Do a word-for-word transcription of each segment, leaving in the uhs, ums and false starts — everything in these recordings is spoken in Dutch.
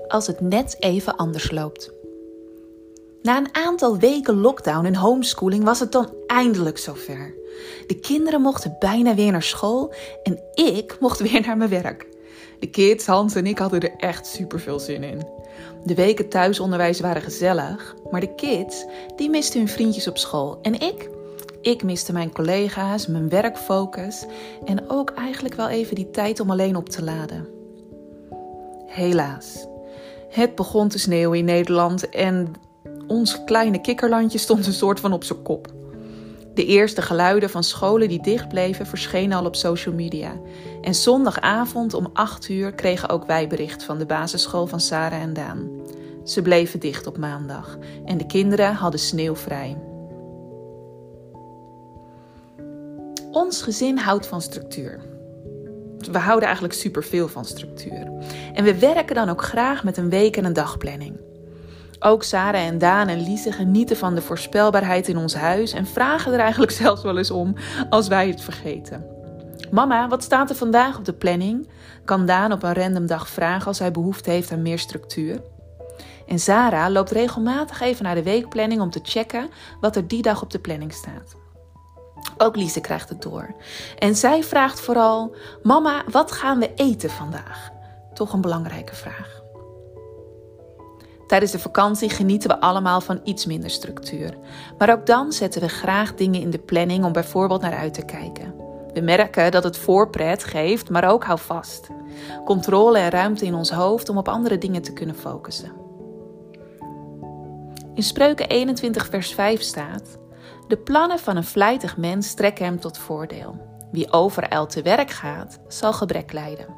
als het net even anders loopt. Na een aantal weken lockdown en homeschooling was het dan eindelijk zover. De kinderen mochten bijna weer naar school en ik mocht weer naar mijn werk. De kids, Hans en ik hadden er echt super veel zin in. De weken thuisonderwijs waren gezellig, maar de kids die misten hun vriendjes op school. En ik? Ik miste mijn collega's, mijn werkfocus en ook eigenlijk wel even die tijd om alleen op te laden. Helaas, het begon te sneeuwen in Nederland en ons kleine kikkerlandje stond een soort van op zijn kop. De eerste geluiden van scholen die dicht bleven verschenen al op social media. En zondagavond om acht uur kregen ook wij bericht van de basisschool van Sarah en Daan. Ze bleven dicht op maandag en de kinderen hadden sneeuwvrij. Ons gezin houdt van structuur. We houden eigenlijk superveel van structuur. En we werken dan ook graag met een week- en een dagplanning. Ook Sarah en Daan en Lise genieten van de voorspelbaarheid in ons huis en vragen er eigenlijk zelfs wel eens om als wij het vergeten. Mama, wat staat er vandaag op de planning? Kan Daan op een random dag vragen als hij behoefte heeft aan meer structuur. En Sarah loopt regelmatig even naar de weekplanning om te checken wat er die dag op de planning staat. Ook Lise krijgt het door. En zij vraagt vooral, mama, wat gaan we eten vandaag? Toch een belangrijke vraag. Tijdens de vakantie genieten we allemaal van iets minder structuur. Maar ook dan zetten we graag dingen in de planning om bijvoorbeeld naar uit te kijken. We merken dat het voorpret geeft, maar ook hou vast. Controle en ruimte in ons hoofd om op andere dingen te kunnen focussen. In Spreuken eenentwintig vers vijf staat: de plannen van een vlijtig mens strekken hem tot voordeel. Wie overijld te werk gaat, zal gebrek lijden.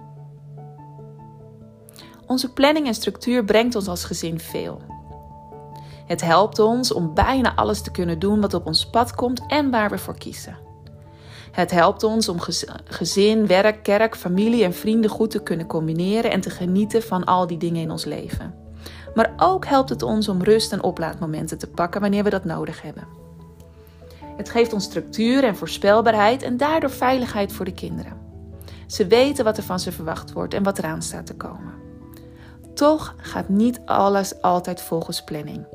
Onze planning en structuur brengt ons als gezin veel. Het helpt ons om bijna alles te kunnen doen wat op ons pad komt en waar we voor kiezen. Het helpt ons om gezin, werk, kerk, familie en vrienden goed te kunnen combineren en te genieten van al die dingen in ons leven. Maar ook helpt het ons om rust en oplaadmomenten te pakken wanneer we dat nodig hebben. Het geeft ons structuur en voorspelbaarheid en daardoor veiligheid voor de kinderen. Ze weten wat er van ze verwacht wordt en wat eraan staat te komen. Toch gaat niet alles altijd volgens planning.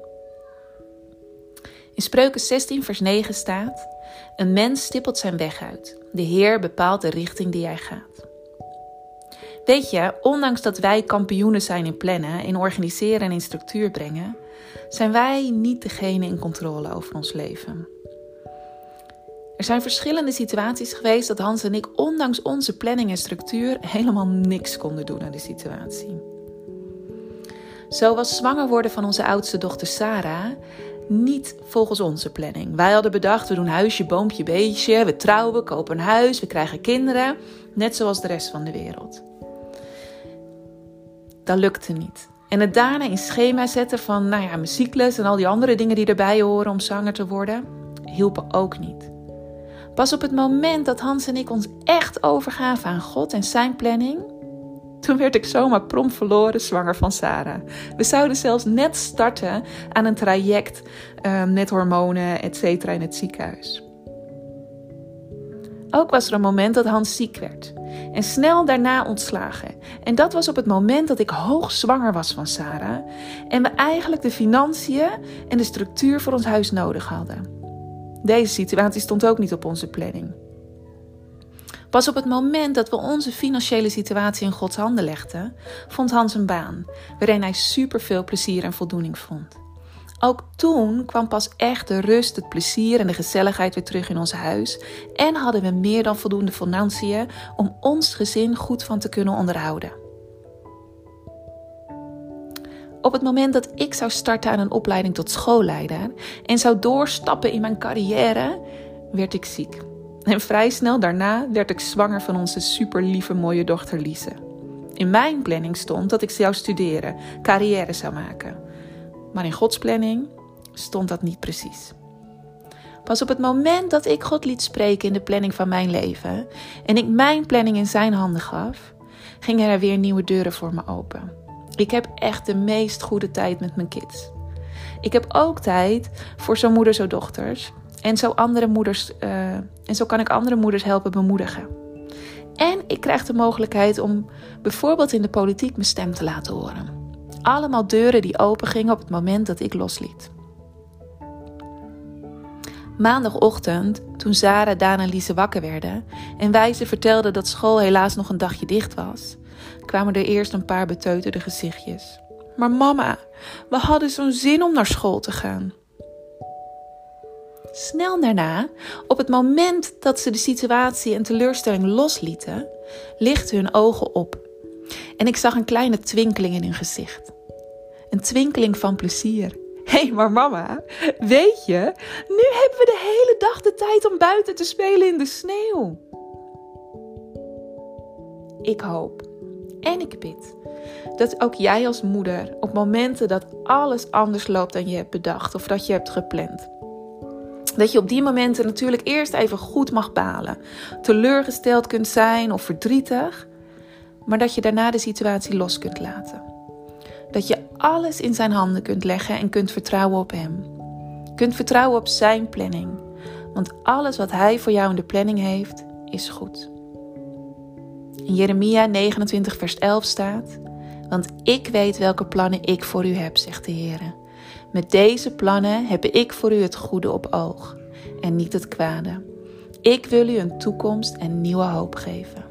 In Spreuken zestien vers negen staat: een mens stippelt zijn weg uit. De Heer bepaalt de richting die hij gaat. Weet je, ondanks dat wij kampioenen zijn in plannen, in organiseren en in structuur brengen, zijn wij niet degene in controle over ons leven. Er zijn verschillende situaties geweest dat Hans en ik ondanks onze planning en structuur helemaal niks konden doen aan de situatie. Zo was zwanger worden van onze oudste dochter Sarah niet volgens onze planning. Wij hadden bedacht, we doen huisje, boompje, beestje, we trouwen, kopen een huis, we krijgen kinderen, net zoals de rest van de wereld. Dat lukte niet. En het daarna in schema zetten van nou ja, mijn cyclus en al die andere dingen die erbij horen om zwanger te worden, hielpen ook niet. Pas op het moment dat Hans en ik ons echt overgaven aan God en zijn planning, toen werd ik zomaar prompt verloren zwanger van Sarah. We zouden zelfs net starten aan een traject um, met hormonen, et cetera in het ziekenhuis. Ook was er een moment dat Hans ziek werd en snel daarna ontslagen. En dat was op het moment dat ik hoogzwanger was van Sarah en we eigenlijk de financiën en de structuur voor ons huis nodig hadden. Deze situatie stond ook niet op onze planning. Pas op het moment dat we onze financiële situatie in Gods handen legden, vond Hans een baan, waarin hij superveel plezier en voldoening vond. Ook toen kwam pas echt de rust, het plezier en de gezelligheid weer terug in ons huis en hadden we meer dan voldoende financiën om ons gezin goed van te kunnen onderhouden. Op het moment dat ik zou starten aan een opleiding tot schoolleider en zou doorstappen in mijn carrière, werd ik ziek. En vrij snel daarna werd ik zwanger van onze super lieve mooie dochter Lise. In mijn planning stond dat ik zou studeren, carrière zou maken. Maar in Gods planning stond dat niet precies. Pas op het moment dat ik God liet spreken in de planning van mijn leven en ik mijn planning in zijn handen gaf, gingen er weer nieuwe deuren voor me open. Ik heb echt de meest goede tijd met mijn kids. Ik heb ook tijd voor zo moeder, zo dochters. En zo, andere moeders, uh, en zo kan ik andere moeders helpen bemoedigen. En ik krijg de mogelijkheid om bijvoorbeeld in de politiek mijn stem te laten horen. Allemaal deuren die opengingen op het moment dat ik losliet. Maandagochtend, toen Sarah, Daan en Lise wakker werden en wij ze vertelden dat school helaas nog een dagje dicht was, kwamen er eerst een paar beteuterde gezichtjes. Maar mama, we hadden zo'n zin om naar school te gaan. Snel daarna, op het moment dat ze de situatie en teleurstelling loslieten, lichtten hun ogen op. En ik zag een kleine twinkeling in hun gezicht. Een twinkeling van plezier. Hé, hey, maar mama, weet je, nu hebben we de hele dag de tijd om buiten te spelen in de sneeuw. Ik hoop en ik bid dat ook jij als moeder op momenten dat alles anders loopt dan je hebt bedacht of dat je hebt gepland, dat je op die momenten natuurlijk eerst even goed mag balen, teleurgesteld kunt zijn of verdrietig, maar dat je daarna de situatie los kunt laten. Dat je alles in zijn handen kunt leggen en kunt vertrouwen op hem. Kunt vertrouwen op zijn planning. Want alles wat hij voor jou in de planning heeft, is goed. In Jeremia negenentwintig vers elf staat: want ik weet welke plannen ik voor u heb, zegt de Heer. Met deze plannen heb ik voor u het goede op oog en niet het kwade. Ik wil u een toekomst en nieuwe hoop geven.